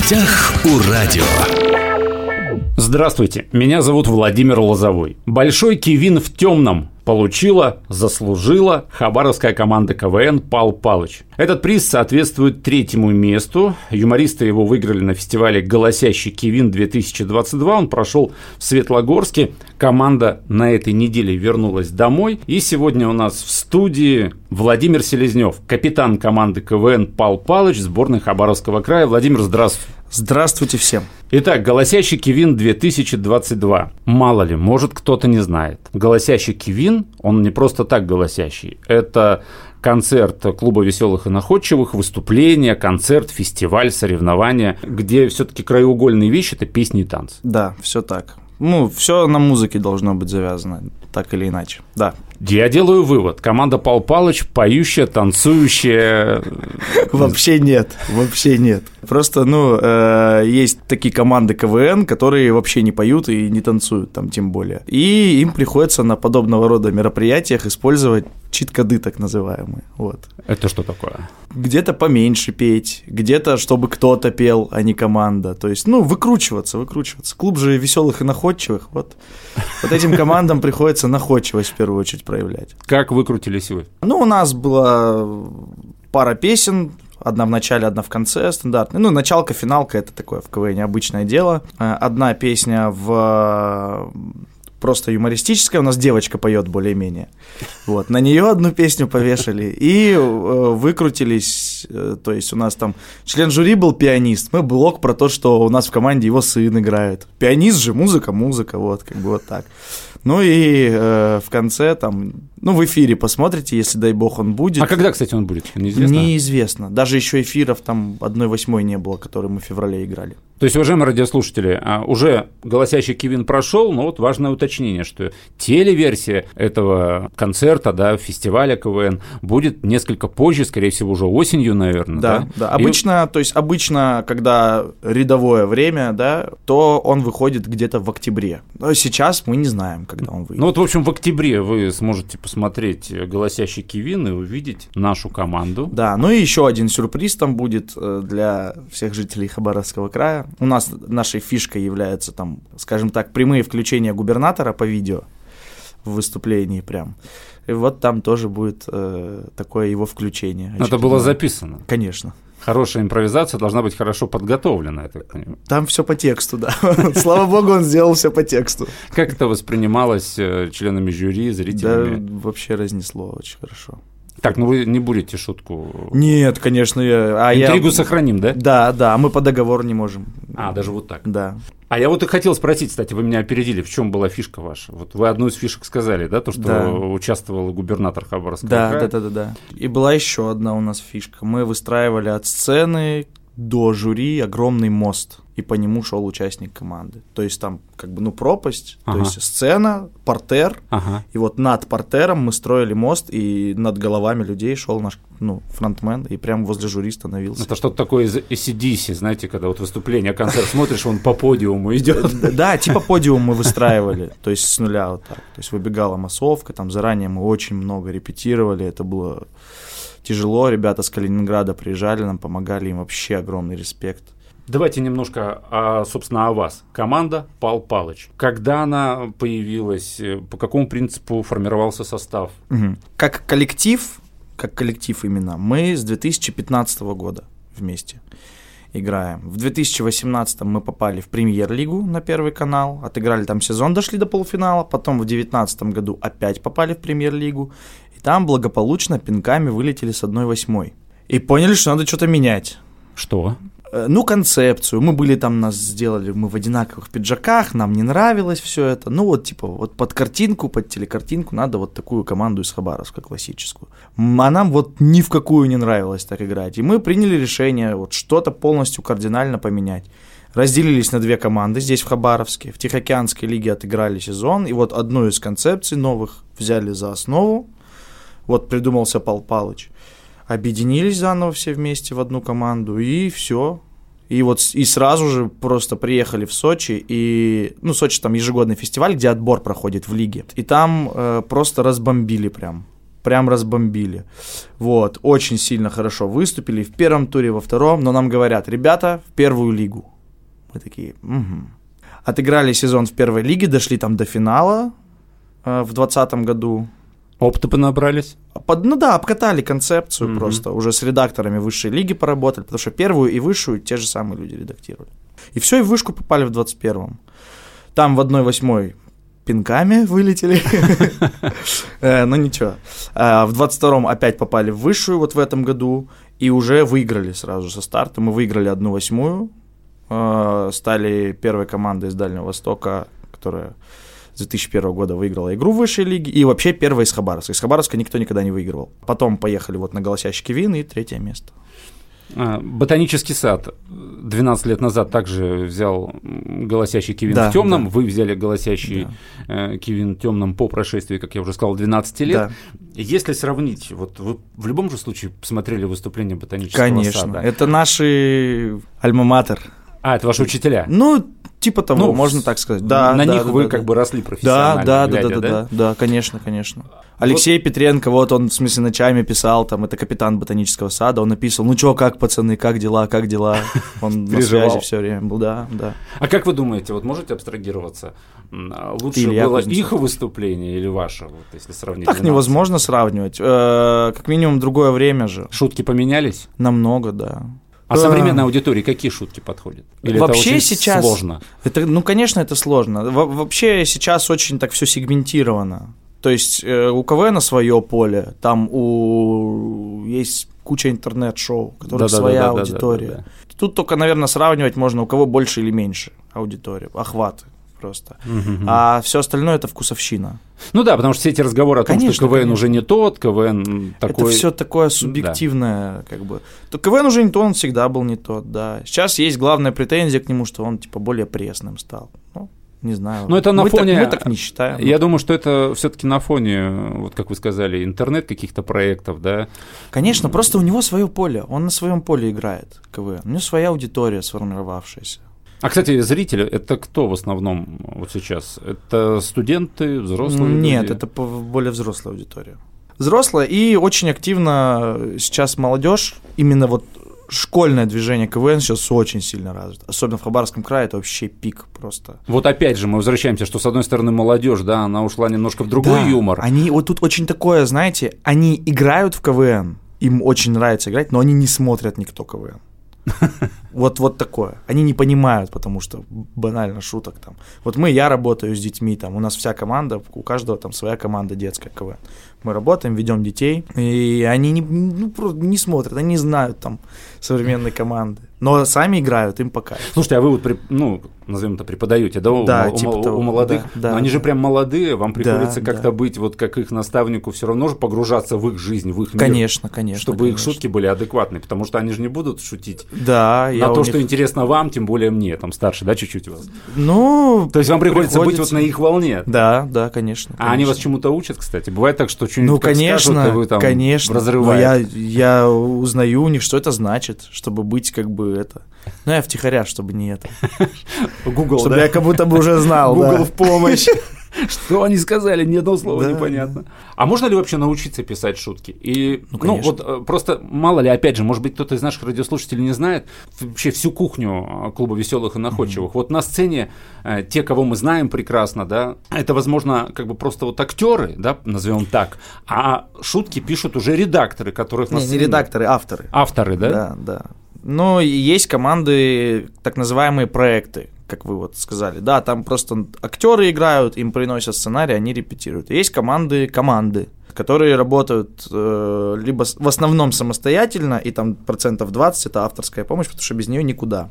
гостях у радио. Здравствуйте, меня зовут Владимир Лозовой. Большой Кивин в темном получила, заслужила хабаровская команда КВН «Пал Палыч». Этот приз соответствует 3-му месту. Юмористы его выиграли на фестивале «Голосящий Кивин-2022». Он прошел в Светлогорске. Команда на этой неделе вернулась домой. И сегодня у нас в студии Владимир Селезнев, капитан команды КВН «Пал Палыч» сборной Хабаровского края. Владимир, здравствуйте. Здравствуйте всем. Итак, «Голосящий Кивин-2022». Мало ли, может, кто-то не знает. «Голосящий Кивин», он не просто так голосящий. Это концерт клуба «Веселых и находчивых», выступление, концерт, фестиваль, соревнования, где все-таки краеугольные вещи – это песни и танцы. Да, все так. Все на музыке должно быть завязано, так или иначе, да. Я делаю вывод. Команда «Пал Палыч» поющая, танцующая. Вообще нет. Просто, есть такие команды КВН, которые вообще не поют и не танцуют там тем более. И им приходится на подобного рода мероприятиях использовать чит-коды так называемые. Вот. Это что такое? Где-то поменьше петь, где-то чтобы кто-то пел, а не команда. То есть, выкручиваться. Клуб же веселых и находчивых. Вот этим командам приходится находчивость в первую очередь проявлять. Как выкрутились вы? У нас была пара песен, одна в начале, одна в конце, стандартная. Началка, финалка – это такое в КВН обычное дело. Одна песня просто юмористическая, у нас девочка поет более-менее. Вот, на нее одну песню повешали и выкрутились. То есть у нас там член жюри был пианист, мы блог про то, что у нас в команде его сын играет. Пианист же, музыка, вот так. И в конце там, в эфире посмотрите, если, дай бог, он будет. А когда, кстати, он будет? Неизвестно? Неизвестно. Даже еще эфиров там 1/8 не было, которые мы в феврале играли. То есть, уважаемые радиослушатели, уже «Голосящий Кивин» прошел, но вот важное уточнение, что телеверсия этого концерта, фестиваля КВН будет несколько позже, скорее всего, уже осенью, наверное. Да. Обычно, когда рядовое время, то он выходит где-то в октябре. Но сейчас мы не знаем, когда он выйдет. В общем, в октябре вы сможете посмотреть «Голосящий Кивин» и увидеть нашу команду. Да, и еще один сюрприз там будет для всех жителей Хабаровского края. У нас нашей фишкой является там, скажем так, прямые включения губернатора по видео в выступлении прям. И вот там тоже будет такое его включение. Это было записано? Конечно. Хорошая импровизация должна быть хорошо подготовлена, я так понимаю. Там все по тексту, да. Слава богу, он сделал все по тексту. Как это воспринималось членами жюри, зрителями? Да, вообще разнесло очень хорошо. Так, вы не будете шутку? Нет, конечно. Интригу сохраним, да? Да, мы по договору не можем. Даже вот так? Да. А я и хотел спросить, кстати, вы меня опередили, в чем была фишка ваша? Вот вы одну из фишек сказали, да, то, что участвовал губернатор Хабаровского края? Да. И была еще одна у нас фишка. Мы выстраивали от сцены до жюри огромный мост, и по нему шел участник команды. То есть там пропасть, то есть сцена, портер, и вот над портером мы строили мост, и над головами людей шел наш фронтмен, и прямо возле жюри становился. Это что-то такое из AC/DC, знаете, когда выступление, концерт смотришь, он по подиуму идет. Да, типа подиум мы выстраивали, то есть с нуля вот так. То есть выбегала массовка, там заранее мы очень много репетировали, это было тяжело, ребята с Калининграда приезжали, нам помогали, им вообще огромный респект. Давайте немножко, собственно, о вас. Команда «Пал Палыч». Когда она появилась, по какому принципу формировался состав? Как коллектив именно, мы с 2015 года вместе играем. В 2018 мы попали в премьер-лигу на Первый канал, отыграли там сезон, дошли до полуфинала, потом в 2019 году опять попали в премьер-лигу, и там благополучно пинками вылетели с 1/8. И поняли, что надо что-то менять. Что? Концепцию. Нас сделали, мы в одинаковых пиджаках, нам не нравилось все это. Под картинку, под телекартинку надо вот такую команду из Хабаровска классическую. А нам ни в какую не нравилось так играть. И мы приняли решение что-то полностью кардинально поменять. Разделились на 2 команды здесь, в Хабаровске. В Тихоокеанской лиге отыграли сезон, и одну из концепций новых взяли за основу. Придумался Пал Палыч. Объединились заново все вместе в одну команду, и все. И сразу же просто приехали в Сочи, и, Сочи там ежегодный фестиваль, где отбор проходит в лиге, и там просто разбомбили прям. прям разбомбили. Вот, очень сильно хорошо выступили в первом туре, во втором, но нам говорят, ребята, в первую лигу. Мы такие, угу. Отыграли сезон в первой лиге, дошли там до финала в 2020 году. Опыта понабрались? Обкатали концепцию просто, уже с редакторами высшей лиги поработали, потому что первую и высшую те же самые люди редактировали. И все, и в вышку попали в 21-м. Там в 1/8 пинками вылетели, но ничего. В 22-м опять попали в высшую вот в этом году и уже выиграли сразу со старта. Мы выиграли 1/8, стали первой командой из Дальнего Востока, которая с 2001 года выиграла игру в высшей лиге, и вообще первая из Хабаровска. Из Хабаровска никто никогда не выигрывал. Потом поехали вот на «Голосящий Кивин» и 3-е место. Ботанический сад 12 лет назад также взял «Голосящий Кивин» в темном. Да. Вы взяли «Голосящий Кивин» в темном по прошествии, как я уже сказал, 12 лет. Да. Если сравнить, вот вы в любом же случае посмотрели выступление Ботанического сада? Конечно, это наши альма-матер. Это ваши учителя? Ну, типа того, можно так сказать. Да, на них вы как бы росли профессионально. Да, конечно. Алексей Петренко, вот он, в смысле, ночами писал, там, это капитан Ботанического сада, он написал, ну чё, как, пацаны, как дела? Он на связи все время был, да. А как вы думаете, вот можете абстрагироваться? Лучше было их выступление или ваше, вот, если сравнить? Так невозможно сравнивать, как минимум другое время же. Шутки поменялись? Намного, да. А современной аудитории какие шутки подходят? Или вообще это очень сейчас сложно? Конечно, это сложно. Вообще сейчас очень так все сегментировано. То есть у КВН свое поле, там есть куча интернет-шоу, у которых своя аудитория. Тут только, наверное, сравнивать можно, у кого больше или меньше аудитория, охваты просто. А все остальное это вкусовщина. Ну да, потому что все эти разговоры о том, что КВН уже не тот, КВН такой... Это все такое субъективное, как бы. То КВН уже не тот, он всегда был не тот, да. Сейчас есть главная претензия к нему, что он типа более пресным стал. Ну, не знаю. Но это на фоне... Мы так не считаем. Я думаю, что это все-таки на фоне, вот как вы сказали, интернет каких-то проектов, да? Конечно, просто у него свое поле, он на своем поле играет, КВН. У него своя аудитория сформировавшаяся. А, кстати, зрители, это кто в основном вот сейчас? Это студенты, взрослые люди? Нет, это более взрослая аудитория. Взрослая и очень активно сейчас молодежь, именно вот школьное движение КВН сейчас очень сильно развито. Особенно в Хабаровском крае это вообще пик просто. Вот опять же мы возвращаемся, что с одной стороны молодежь, да, она ушла немножко в другой юмор. Они вот тут очень такое, знаете, они играют в КВН, им очень нравится играть, но они не смотрят никто КВН. Вот такое. Они не понимают, потому что банально шуток там. Вот я работаю с детьми, там у нас вся команда, у каждого там своя команда детская КВН. Мы работаем, ведем детей, и они не смотрят, они не знают там современной команды, но сами играют, им пока. Слушайте, а вы вот, назовем это, преподаете, да, у молодых, да, но они же прям молодые, вам приходится как-то быть вот как их наставнику, все равно же погружаться в их жизнь, в их мир. Конечно. Чтобы их шутки были адекватные, потому что они же не будут шутить на то, что интересно вам, тем более мне, там старше, да, чуть-чуть у вас? Ну, то есть вам приходится быть вот на их волне. Да, конечно. А они вас чему-то учат, кстати? Бывает так, что что-нибудь конечно, скажут, и вы там разрываете. Я узнаю у них, что это значит, чтобы быть как бы это. Ну, я втихаря, чтобы не это. Google, чтобы я как будто бы уже знал. Google в помощь. Что они сказали, ни одного слова непонятно. А можно ли вообще научиться писать шутки? И, вот просто мало ли, опять же, может быть, кто-то из наших радиослушателей не знает вообще всю кухню клуба веселых и находчивых. Вот на сцене те, кого мы знаем прекрасно, да, это, возможно, как бы просто вот актеры, да, назовем так, а шутки пишут уже редакторы, которых на сцене... Не редакторы, авторы. Авторы, да? Да. Но есть команды, так называемые проекты, как вы вот сказали, да, там просто актеры играют, им приносят сценарий, они репетируют. И есть команды, которые работают либо в основном самостоятельно, и там 20% это авторская помощь, потому что без нее никуда.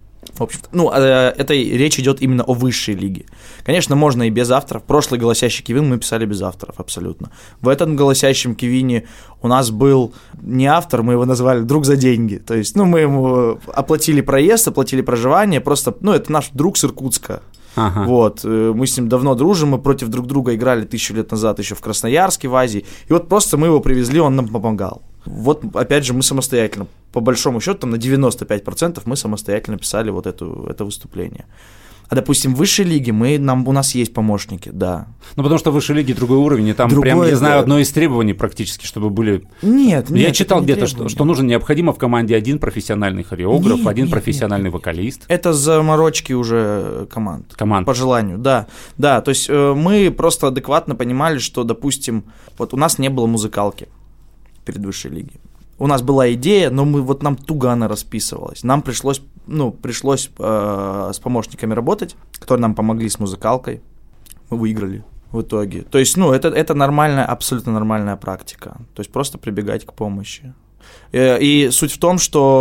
В общем-то, это речь идет именно о высшей лиге. Конечно, можно и без авторов. Прошлый «Голосящий Кивин» мы писали без авторов, абсолютно. В этом «Голосящем Кивине» у нас был не автор, мы его назвали «Друг за деньги». То есть, мы ему оплатили проезд, оплатили проживание, просто, это наш друг с Иркутска. Ага. Вот, мы с ним давно дружим, мы против друг друга играли 1000 лет назад еще в Красноярске, в Азии, и вот просто мы его привезли, он нам помогал. Вот, опять же, мы самостоятельно, по большому счету, там на 95% мы самостоятельно писали вот это выступление. А, допустим, в высшей лиге у нас есть помощники, да. Ну, потому что в высшей лиге другой уровень, и там Другой, прям, я знаю, да. одно из требований практически, чтобы были... Нет, Я читал это не где-то, требование. что нужно необходимо в команде один профессиональный хореограф, один профессиональный вокалист. Это заморочки уже команд. По желанию, да. Да, то есть мы просто адекватно понимали, что, допустим, вот у нас не было музыкалки перед высшей лигой. У нас была идея, но нам туго она расписывалась. Нам пришлось с помощниками работать, которые нам помогли с музыкалкой. Мы выиграли в итоге. То есть, это нормальная, абсолютно нормальная практика. То есть просто прибегать к помощи. И суть в том,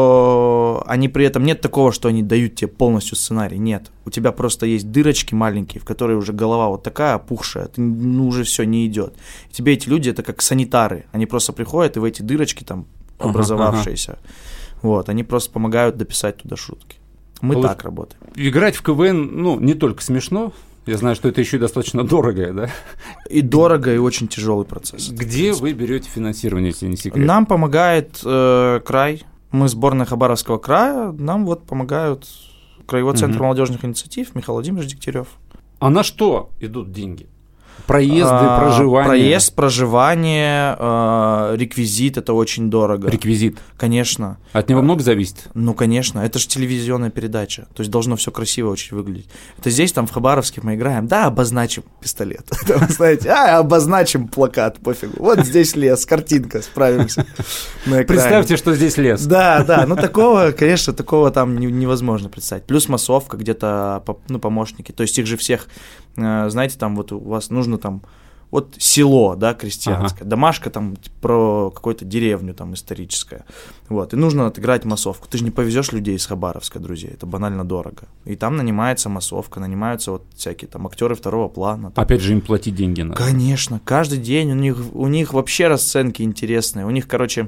что они при этом нет такого, что они дают тебе полностью сценарий. Нет. У тебя просто есть дырочки маленькие, в которые уже голова вот такая опухшая, уже все не идет. И тебе эти люди, это как санитары. Они просто приходят и в эти дырочки там образовавшиеся, вот, они просто помогают дописать туда шутки. Мы так работаем. Играть в КВН, не только смешно, я знаю, что это еще и достаточно дорого, да? И дорого, и очень тяжелый процесс. Где вы берете финансирование, если не секрет? Нам помогает край. Мы сборная Хабаровского края, нам помогают Краевой центр молодежных инициатив, Михаил Владимирович Дегтярев. А на что идут деньги? Проезды, проживание? Проезд, проживание, реквизит, это очень дорого. Реквизит? Конечно. От него много зависит? Ну, конечно, это же телевизионная передача, то есть должно все красиво очень выглядеть. Это здесь, там, в Хабаровске мы играем, да, обозначим пистолет, знаете, обозначим плакат, пофигу, вот здесь лес, картинка, справимся на экране. Представьте, что здесь лес. Да, такого, конечно, там невозможно представить. Плюс массовка, где-то, помощники, то есть их же всех, знаете, там вот у вас нужно там вот село, да, крестьянское, домашка там про какую-то деревню там историческое, вот, и нужно отыграть массовку. Ты же не повезешь людей из Хабаровска, друзья, это банально дорого. И там нанимается массовка, нанимаются вот всякие там актеры второго плана. Там. Опять же им платить деньги надо. Конечно, каждый день у них вообще расценки интересные. У них,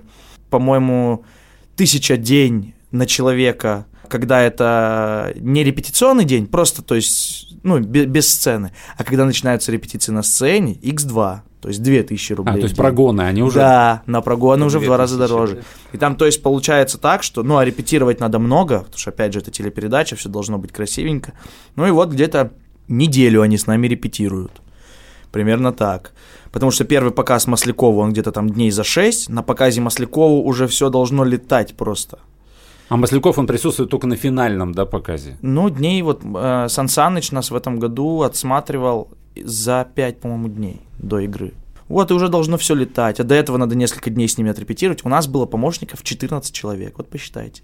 по-моему, 1000 день на человека, когда это не репетиционный день, просто, то есть, без сцены, а когда начинаются репетиции на сцене, x2, то есть 2000 рублей. То есть прогоны, они уже... Да, на прогоны уже в 2 раза дороже. И там, то есть, получается так, что, а репетировать надо много, потому что, опять же, это телепередача, все должно быть красивенько. И вот где-то неделю они с нами репетируют. Примерно так. Потому что первый показ Маслякова, он где-то там дней за 6, на показе Маслякова уже все должно летать просто. А Масляков, он присутствует только на финальном, да, показе? Дней Сан Саныч нас в этом году отсматривал за 5, по-моему, дней до игры. Вот, и уже должно все летать, а до этого надо несколько дней с ними отрепетировать. У нас было помощников 14 человек, вот посчитайте.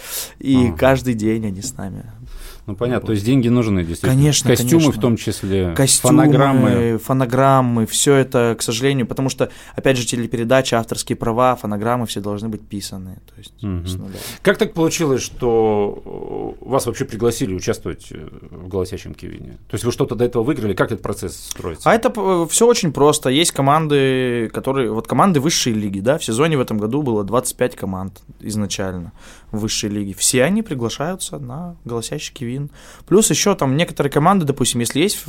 И каждый день они с нами. Понятно, то есть деньги нужны, действительно. Конечно, Костюмы в том числе, костюмы, фонограммы, все это, к сожалению, потому что, опять же, телепередача, авторские права, фонограммы все должны быть писаны. То есть, с нуля. Как так получилось, что вас вообще пригласили участвовать в «Голосящем Кивине»? То есть вы что-то до этого выиграли? Как этот процесс строится? А это все очень просто. Есть команды, команды высшей лиги, да, в сезоне в этом году было 25 команд изначально в высшей лиге. Все они приглашаются на «Голосящий Кивин». Плюс еще там некоторые команды, допустим, если есть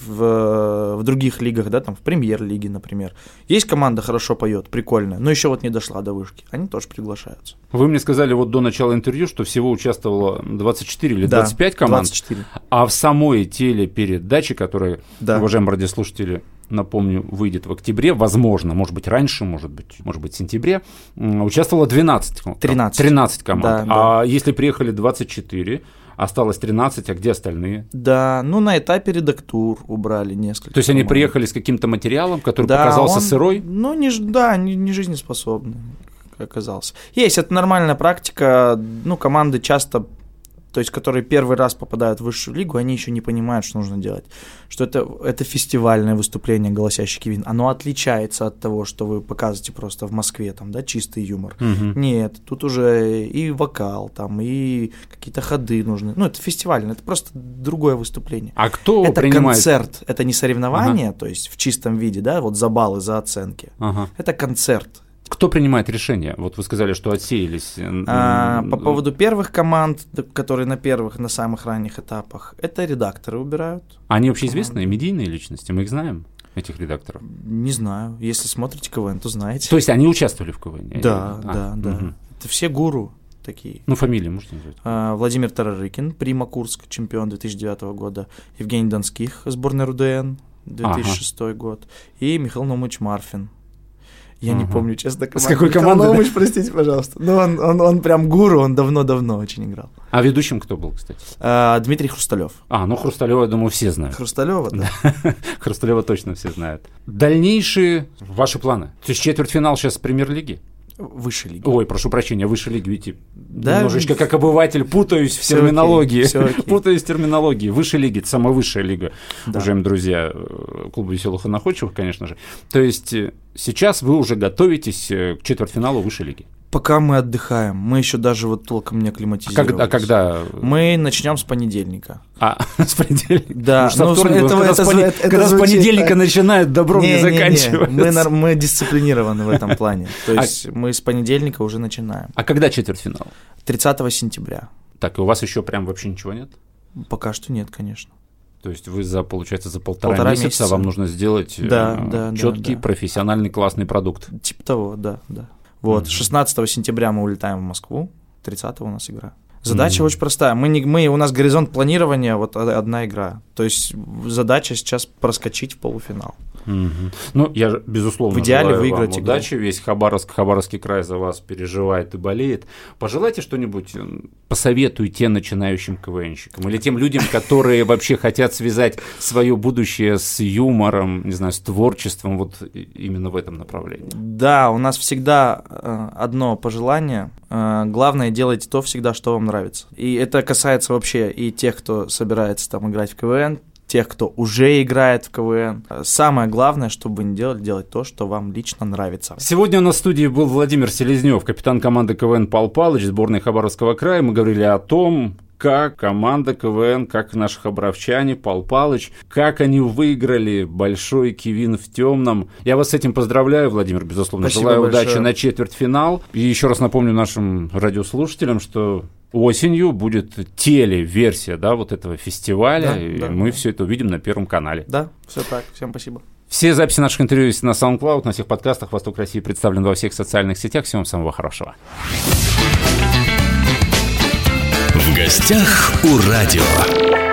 в других лигах, да, там в премьер-лиге, например, есть команда хорошо поет, прикольная, но еще не дошла до вышки, они тоже приглашаются. Вы мне сказали до начала интервью, что всего участвовало 24 или 25 команд, 24. А в самой телепередаче, которая, уважаемые радиослушатели, напомню, выйдет в октябре, возможно, может быть, раньше, может быть, в сентябре, участвовало 13 команд. А если приехали 24, осталось 13, а где остальные? Да, на этапе редактур убрали несколько. То есть они приехали с каким-то материалом, который показался сырой? Не жизнеспособный оказался. Есть, это нормальная практика, команды часто, то есть, которые первый раз попадают в высшую лигу, они еще не понимают, что нужно делать. Что это фестивальное выступление «Голосящий Кивин». Оно отличается от того, что вы показываете просто в Москве, там, да, чистый юмор. Угу. Нет, тут уже и вокал, там, и какие-то ходы нужны. Это фестивальное, это просто другое выступление. А кто это принимает? Концерт, это не соревнование, то есть в чистом виде, да, за баллы, за оценки. Это концерт. Кто принимает решение? Вот вы сказали, что отсеялись. По поводу первых команд, которые на самых ранних этапах, это редакторы убирают. Они вообще известные, медийные личности? Мы их знаем, этих редакторов? Не знаю. Если смотрите КВН, то знаете. То есть они участвовали в КВН? Да. Это все гуру. такие. Ну, фамилии можете назвать? Владимир Тарарыкин, Прима Курск, чемпион 2009 года. Евгений Донских, сборная РУДН, 2006 год. И Михаил Наумович Марфин. Я не помню, честно, с какой команды? Михаил Наумович, простите, пожалуйста. Но он прям гуру, он давно-давно очень играл. А ведущим кто был, кстати? Дмитрий Хрусталев. Ну Хрусталева, я думаю, все знают. Хрусталева, да. Хрусталева точно все знают. Дальнейшие ваши планы? То есть четвертьфинал сейчас Премьер-лиги? Высшей лиги. Ой, прошу прощения, высшей лиги, видите, да, немножечко как обыватель путаюсь в терминологии. Окей. Путаюсь в терминологии. Высшая лига, это самая высшая лига, да. Уважаемые друзья, клуба веселых и находчивых, конечно же. То есть сейчас вы уже готовитесь к четвертьфиналу высшей лиги? Пока мы отдыхаем, мы еще даже вот толком не акклиматизировались. А когда? Мы начнем с понедельника. С понедельника? Да. Когда с понедельника начинают, добром не заканчивается. Мы дисциплинированы в этом плане. То есть мы с понедельника уже начинаем. А когда четвертьфинал? 30 сентября. Так, и у вас еще прям вообще ничего нет? Пока что нет, конечно. То есть вы получается, за полтора месяца вам нужно сделать четкий, профессиональный, классный продукт. Типа того, да. Вот, 16 сентября мы улетаем в Москву, 30 у нас игра. Задача очень простая. У нас горизонт планирования вот одна игра. То есть задача сейчас проскочить в полуфинал. Ну, я, безусловно, в идеале желаю выиграть вам удачи. Весь Хабаровский край за вас переживает и болеет. Пожелайте что-нибудь, посоветуйте начинающим КВНщикам или тем людям, которые вообще хотят связать свое будущее с юмором, не знаю, с творчеством, вот именно в этом направлении. Да, у нас всегда одно пожелание. Главное, делайте то всегда, что вам нравится. И это касается вообще и тех, кто собирается там играть в КВН, тех, кто уже играет в КВН. Самое главное, что бы вы ни делали, делать то, что вам лично нравится. Сегодня у нас в студии был Владимир Селезнёв, капитан команды КВН «Пал Палыч», сборной Хабаровского края. Мы говорили о том, как команда КВН, как наши хабаровчане, Пал Палыч, как они выиграли большой кивин в темном. Я вас с этим поздравляю, Владимир, безусловно. Спасибо Желаю большое. удачи на четвертьфинал. И еще раз напомню нашим радиослушателям, что осенью будет телеверсия, вот этого фестиваля, мы все это увидим на Первом канале. Да, все так. Всем спасибо. Все записи наших интервью есть на SoundCloud, на всех подкастах. «Восток России» представлен во всех социальных сетях. Всем самого хорошего. В гостях у радио.